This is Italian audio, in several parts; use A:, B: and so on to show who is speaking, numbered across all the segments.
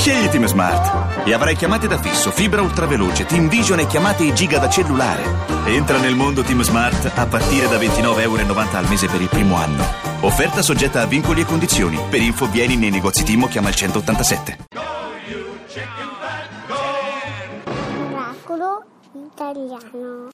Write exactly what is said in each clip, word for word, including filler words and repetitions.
A: Scegli Team Smart e avrai chiamate da fisso, fibra ultraveloce, Team Vision e chiamate giga da cellulare. Entra nel mondo Team Smart a partire da ventinove virgola novanta euro al mese per il primo anno. Offerta soggetta a vincoli e condizioni. Per info vieni nei negozi Team o chiama il centottantasette.
B: Oracolo italiano.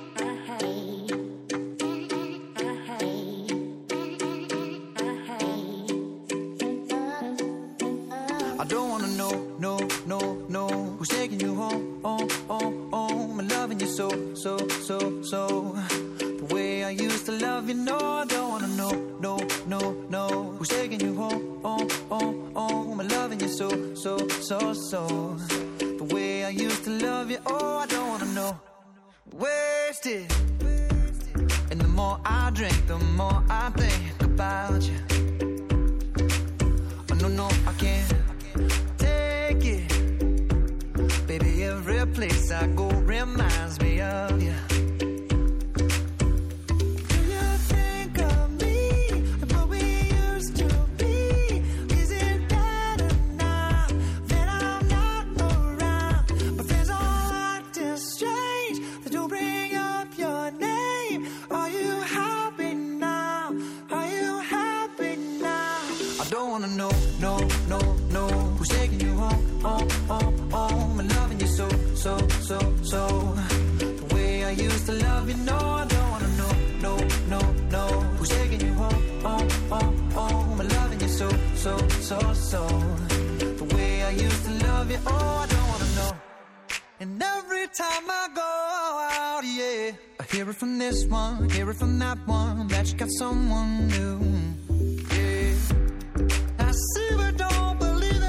C: I don't wanna know, no, no, no, who's taking you home, home, home, home, and loving you so, so, so, so, the way I used to love you. No, I don't wanna know, no, no, no, who's taking you home, home, home, home, and loving you so, so, so, so, the way I used to love you. Oh, I don't wanna know. Wasted, and the more I drink, the more I think about you. Oh, no, no, I can't take it, baby. Every place I go reminds me of you. Do you think of me and what we used to be? Is it better now that I'm not around? My friends all acting strange, they don't bring up your name. Are you happy now? Are you happy now? I don't wanna know, no, no, no, who's taking you home, home, home, home, and loving you so, so, so, so, the way I used to love you. No, I don't wanna know, no, no, no, who's taking you home, home, home, home, and loving you so, so, so, so, the way I used to love you. Oh, I don't wanna know. And every time I go out, yeah, I hear it from this one, hear it from that one, that you got someone new. Yeah, I see but don't believe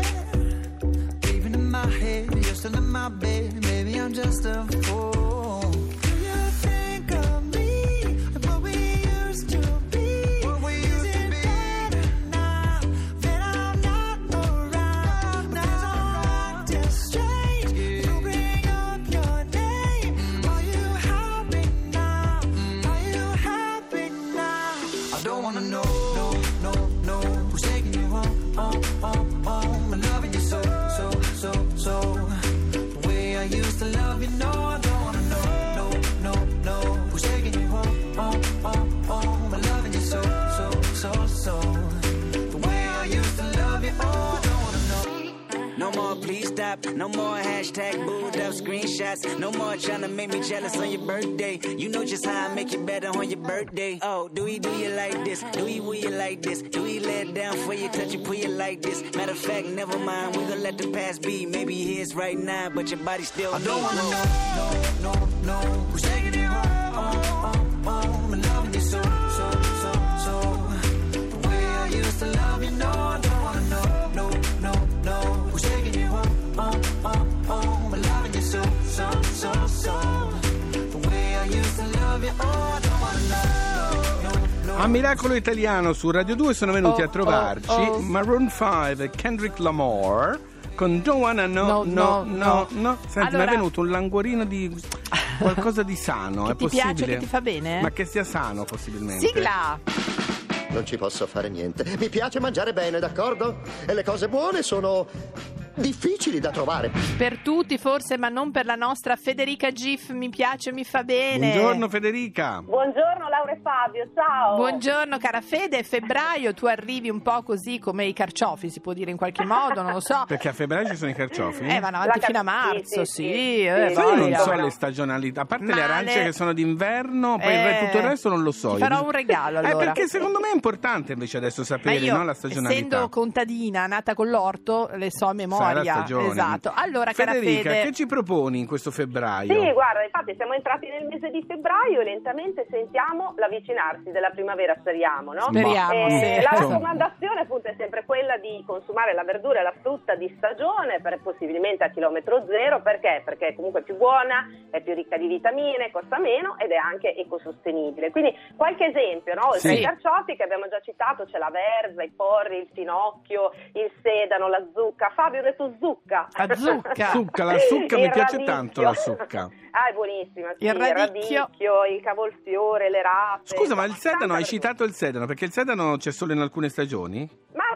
C: it. Even in my head, you're still in my bed. Maybe I'm just a fool. Do you think of me and what we used to be? What we used Is it to be? Better now that I'm not around? Now I'm acting strange. Yeah. You bring up your name. Mm. Are you happy now? Mm. Are you happy now? I don't wanna know, no, no, no, who's taking you home, home, home, home, and loving you so, so, so, so, the way I used to love you. No, I don't wanna know, no, no, no, who's taking you home, home, home, home, and loving you so, so, so, so, the way I used to love you. Oh, I don't wanna know.
D: No more please stop, no more hashtag booed up screenshots. No more trying to make me jealous on your birthday. You know just how I make you better on your birthday. Oh, do we do you like this? Do we will you like this? Do we let down for you, touch you, pull you like this? Matter of fact, never mind, we gon' let the past be. Maybe here's right now, but your body still
C: I
D: me.
C: don't wanna know, no, no, no, who's taking you home, home, home, home, and loving you so, so, so, so, the way I used to love you. No, I don't wanna know, no, no, no, who's taking you home, home, home, home, and loving you so, so, so, so, the way I used to love you. Oh, I don't wanna know, no, no, no.
E: A Miracolo Italiano su Radio due sono venuti
F: Oh,
E: a trovarci
F: oh, oh.
E: Maroon cinque e Kendrick Lamar con Don't Wanna Know,
F: No,
E: no,
F: no,
E: no,
F: no.
E: no. Senti,
F: Allora-
E: mi è venuto un languorino di qualcosa di sano,
F: Che
E: è
F: ti
E: possibile?
F: piace, che ti fa bene?
E: Ma che sia sano possibilmente.
F: Sigla!
G: Non ci posso fare niente. Mi piace mangiare bene, d'accordo? E le cose buone sono difficili da trovare.
F: Per tutti forse, ma non per la nostra Federica Gif. Mi piace, mi fa bene.
E: Buongiorno Federica.
H: Buongiorno Laura e Fabio, ciao.
F: Buongiorno cara Fede, è febbraio, tu arrivi un po' così come i carciofi, si può dire in qualche modo, non lo so.
E: Perché a febbraio ci sono i carciofi?
F: Eh, vanno avanti
H: La
F: fino a
H: car-
F: marzo,
H: sì,
F: sì.
H: sì,
F: eh,
H: sì.
E: Sai, io non
F: voglia.
E: so
H: no.
E: le stagionalità, a parte le
F: Male.
E: arance che sono d'inverno, poi
F: Eh,
E: tutto il resto non lo so.
F: ti farò un regalo,
E: Eh,
F: allora.
E: perché secondo me è importante invece adesso
F: Ma
E: sapere,
F: io,
E: no, la stagionalità.
F: essendo contadina, nata con l'orto, le so a
E: Sai la
F: memoria.
E: stagione.
F: Esatto. Allora, cara
E: Federica,
F: Fede,
E: che ci proponi in questo febbraio?
H: Sì, guarda, infatti siamo entrati nel mese di febbraio e lentamente sentiamo l'avvicinarsi della primavera, speriamo, no?
F: Speriamo,
H: Eh,
F: sì.
H: La
E: Insomma.
H: raccomandazione appunto è sempre quella di consumare la verdura e la frutta di stagione, per possibilmente a chilometro zero. Perché? Perché è comunque più buona, è più ricca di vitamine, costa meno ed è anche ecosostenibile. Quindi qualche esempio, no? Oltre
F: Sì.
H: ai carciofi che abbiamo già citato, c'è la verza, i porri, il finocchio, il sedano, la zucca. Fabio, ho detto zucca.
F: La zucca.
E: Zucca, la zucca
H: Il
E: mi piace
H: radicchio.
E: tanto, la zucca.
H: Ah, è buonissima, sì,
F: Il
H: il
F: radicchio.
H: radicchio, il cavolfiore, le rape.
E: Scusa, ma il
H: insomma,
E: sedano,
H: tanta
E: hai
H: verdura.
E: citato il sedano, perché il sedano c'è solo in alcune stagioni?
H: Ma guarda,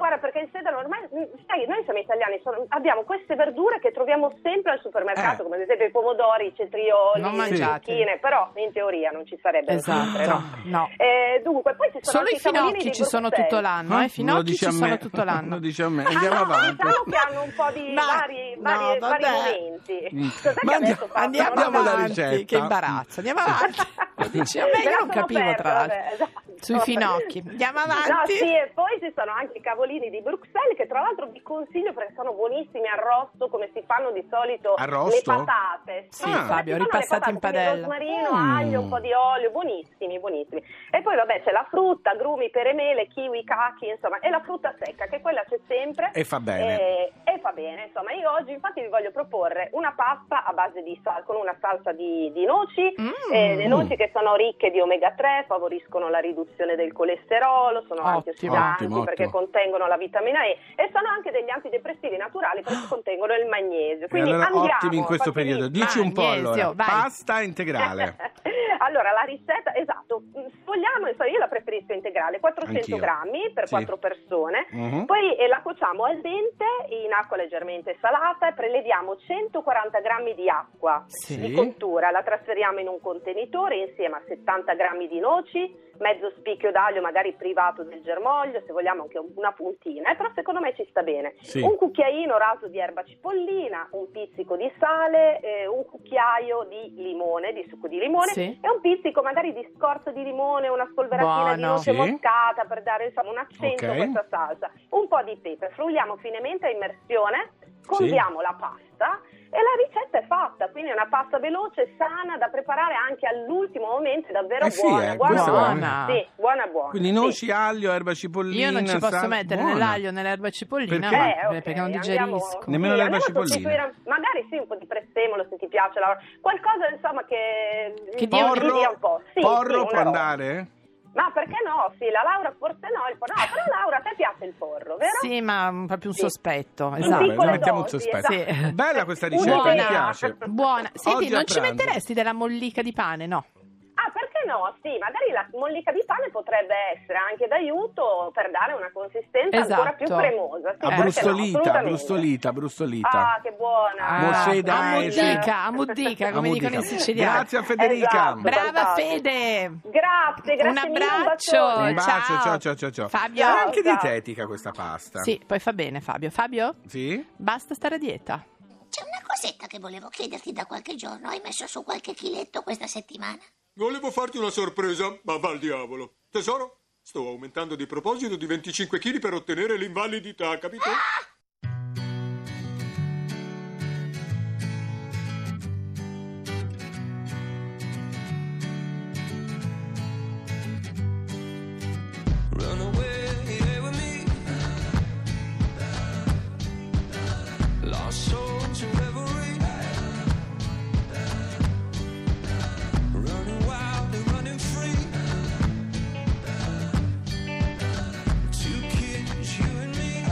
H: guarda, perché il sedano ormai, sai, noi siamo italiani, sono, abbiamo queste verdure che troviamo sempre al supermercato,
E: Eh.
H: come ad esempio i pomodori, i cetrioli,
F: Non
H: le
F: mangiate.
H: zucchine, però in teoria non ci sarebbe
F: Esatto,
H: no?
F: no.
H: Eh, dunque, poi ci sono
F: Solo
H: anche
F: i finocchi
H: cavolini
F: ci
H: di
F: sono
H: Bruxelles.
F: tutto l'anno, eh?
E: Me lo
F: Finocchi
E: dice
F: ci
E: a
F: sono
E: me.
F: tutto l'anno.
E: Lo dice a me. Andiamo
H: Ah,
E: avanti.
H: diciamo che hanno un po' di
F: Ma-
H: vari,
F: no,
H: vari, vari
F: vabbè.
H: momenti.
E: Mm.
H: Cos'è che
E: Ma andiamo-
H: adesso fanno?
F: Andiamo
E: Abbiamo la
F: avanti,
E: ricetta.
F: che imbarazzo. Andiamo avanti. Lo dice a me,
H: Me
F: io
H: la
F: non
H: sono
F: capivo
H: persa,
F: tra l'altro.
H: vabbè, esatto.
F: Sui finocchi. Andiamo
H: No,
F: avanti.
H: sì, e poi ci sono anche i cavolini di Bruxelles che tra l'altro vi consiglio perché sono buonissimi arrosto, come si fanno di solito
E: Arrosto?
H: le patate.
F: Sì,
H: come
F: Fabio,
H: si fanno le
F: ripassati in
H: patate, quindi
F: padella.
H: rosmarino,
E: Mm.
H: aglio, un po' di olio, buonissimi, buonissimi. E poi vabbè c'è la frutta, agrumi, peremele, kiwi, cachi, insomma, e la frutta secca che quella c'è sempre.
E: E fa bene.
H: E, e fa bene, insomma, io oggi infatti vi voglio proporre una pasta a base di sal, con una salsa di, di noci,
F: Mm.
H: eh, le noci che sono ricche di omega tre, favoriscono la riduzione del colesterolo, sono
F: Ottimo,
H: antiossidanti
E: ottimo,
H: perché
E: ottimo.
H: contengono la vitamina E e sono anche degli antidepressivi naturali perché contengono il magnesio.
E: E
H: Quindi
E: allora
H: andiamo,
E: ottimi in questo
H: facilissimo.
E: periodo. Dici un po'
F: Magnesio,
E: allora.
F: vai.
E: Pasta integrale.
H: Allora, la ricetta, esatto, sfogliamo, insomma, io la preferisco integrale, quattrocento
E: Anch'io.
H: grammi per
E: Sì.
H: quattro persone,
E: Mhm.
H: poi eh, la cuociamo al dente in acqua leggermente salata e preleviamo centoquaranta grammi di acqua
F: Sì.
H: di cottura, la trasferiamo in un contenitore insieme a settanta grammi di noci, mezzo spicchio d'aglio magari privato del germoglio, se vogliamo anche una puntina, eh, però secondo me ci sta bene.
E: Sì.
H: Un cucchiaino raso di erba cipollina, un pizzico di sale, eh, un cucchiaio di limone, di succo di limone
F: Sì.
H: e un pizzico magari di scorza di limone, una spolveratina di
F: Buono.
H: noce
E: Sì.
H: moscata per dare insomma un accento
E: Ok.
H: a questa salsa. Un po' di pepe, frulliamo finemente a immersione, condiamo la pasta e la ricetta è fatta, quindi è una pasta veloce, sana, da preparare anche all'ultimo momento, è davvero
E: Eh sì,
H: buona,
E: eh,
H: buona,
E: questo
F: Buona.
H: Sì, buona, buona.
E: Quindi
H: sì.
E: noci, aglio, erba cipollina.
F: Io non ci posso
E: sal-
F: mettere
E: buona.
F: nell'aglio nell'erba cipollina,
E: Perché?
F: ma-
H: Eh, ok,
F: perché non
H: andiamo-
F: digerisco.
E: Nemmeno
H: sì,
E: l'erba
H: andiamo a
E: cipollina.
H: sostituire- magari sì, un po' di prezzemolo se ti piace, Laura. Qualcosa insomma che,
F: Che dia un-
H: gli dia un po'. Sì,
E: Porro
H: sì,
E: può
H: una roba.
E: andare?
H: Ma perché no? Sì, la Laura forse no, il porro. No, però Laura, a te piace il porro, vero?
F: Sì, ma mm, proprio un
H: Sì.
F: sospetto,
H: In
F: esatto.
E: Vabbè,
H: piccole
E: mettiamo un
H: dosi,
E: sospetto.
H: esatto.
F: Sì.
E: Bella questa
H: Una
E: ricetta, mi
H: idea.
E: piace.
F: Buona. Senti,
E: Oggi a
F: non ci
E: pranzo.
F: metteresti della mollica di pane, no?
H: Ah, perché no? Sì, magari la mollica di pane potrebbe essere anche d'aiuto per dare una consistenza ancora più
F: Esatto.
H: cremosa. Sì, perché no?
E: Abbrustolita,
H: Assolutamente.
E: abbrustolita, abbrustolita.
H: Ah, che buona.
F: Ah,
E: Mosè dai,
F: ammudica, ammudica, come
E: Ammudica.
F: dicono i siciliani.
E: Grazie a Federica.
H: Esatto.
F: Brava
H: Fantastico.
F: Fede.
H: Grazie, grazie
F: Un
H: mille, un
F: abbraccio.
H: bacione.
E: Un bacio,
F: Ciao.
E: ciao, ciao, ciao, ciao.
F: Fabio.
E: È anche
H: Ciao.
E: dietetica questa pasta.
F: Sì, poi fa bene Fabio. Fabio,
E: Sì?
F: basta stare a dieta.
B: C'è una cosetta che volevo chiederti da qualche giorno. Hai messo su qualche chiletto questa settimana?
I: Volevo farti una sorpresa, ma va al diavolo. Tesoro, sto aumentando di proposito di venticinque chili per ottenere l'invalidità, capito?
C: Run away with me. Lost soul to reverie. Running wild and running free. Two kids, you and me.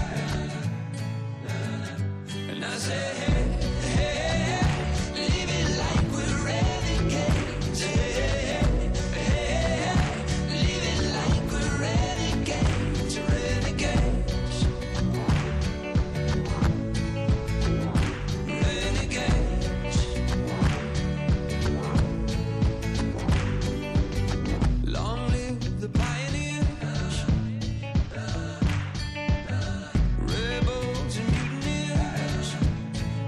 C: And I say, hey, hey, leave it like we're renegades. Hey, hey, hey, leave it like we're renegades, renegades. Renegades. Long live the pioneers, rebels and mutineers.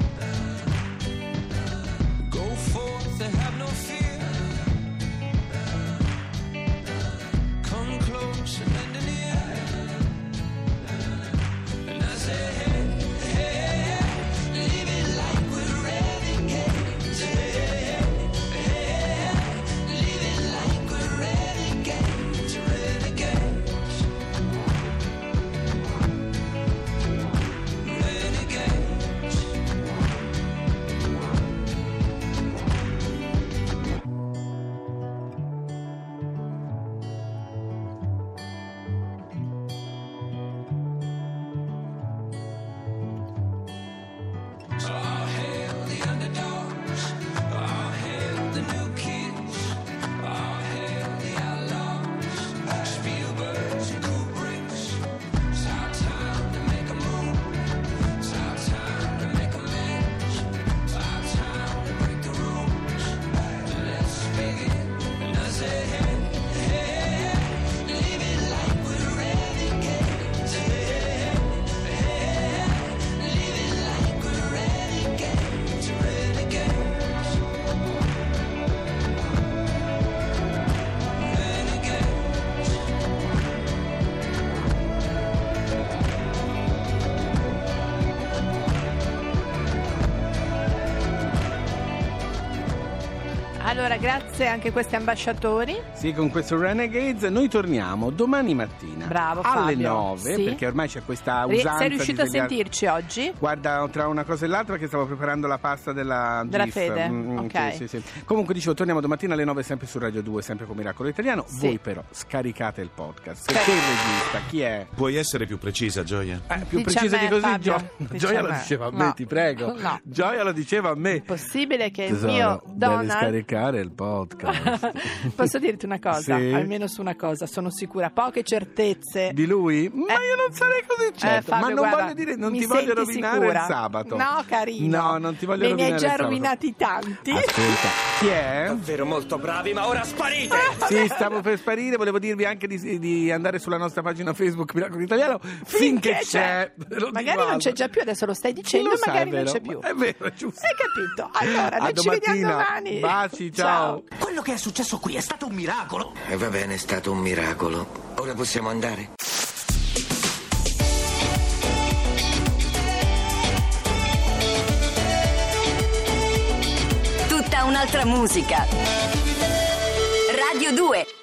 F: Allora, grazie anche a questi ambasciatori.
E: Sì, con questo Renegades noi torniamo domani mattina.
F: Bravo,
E: alle
F: Fabio.
E: nove,
F: Sì.
E: perché ormai c'è questa
F: Ri-
E: usanza
F: Sei riuscito
E: di
F: a
E: svegliare-
F: sentirci oggi?
E: Guarda, tra una cosa e l'altra, che stavo preparando la pasta della
F: Della
E: GIF.
F: Fede?
E: Mm,
F: Ok.
E: sì, sì, sì. Comunque dicevo, torniamo domattina alle nove sempre su Radio due, sempre con Miracolo Italiano.
F: Sì.
E: Voi però scaricate il podcast. Perché il regista? Chi è?
A: Puoi essere più precisa, Gioia?
E: Eh, più
F: Dice a
E: precisa
F: me,
E: di così,
F: Fabio.
E: Gio-
F: Dice
E: Gioia
F: a
E: lo
F: me.
E: diceva a me,
F: No.
E: ti prego.
F: No.
E: Gioia lo diceva a me.
F: Possibile che il
E: Tesoro,
F: mio
E: devi
F: Donald...
E: scaricare il podcast.
F: Posso dirti una cosa?
E: Sì.
F: Almeno su una cosa, sono sicura. Poche certezze.
E: Di lui? Ma
F: Eh.
E: io non sarei così certo.
F: Eh, Fabio,
E: ma non
F: guarda,
E: voglio dire, non
F: mi
E: ti voglio
F: senti
E: rovinare
F: sicura?
E: il sabato.
F: No, carino.
E: No, non ti voglio
F: Me ne
E: rovinare
F: hai già
E: il sabato.
F: rovinati tanti.
E: Ascolta, chi è?
J: Davvero molto bravi, ma ora sparite!
E: Sì, stavo per sparire, volevo dirvi anche di, di andare sulla nostra pagina Facebook Miracolo Italiano finché,
F: Finché
E: c'è. Ve lo
F: Magari
E: dico
F: non c'è
E: altro.
F: già più, adesso lo stai
E: Chi
F: dicendo,
E: lo sa,
F: magari
E: è
F: non
E: vero,
F: c'è più.
E: È vero, è giusto.
F: Hai capito? Allora,
E: A
F: noi ci vediamo
E: domattina.
F: domani.
E: Baci, ciao.
J: Quello che è successo qui è stato un miracolo!
K: E va bene, è stato un miracolo. Ora possiamo andare?
L: Tutta un'altra musica. Radio due.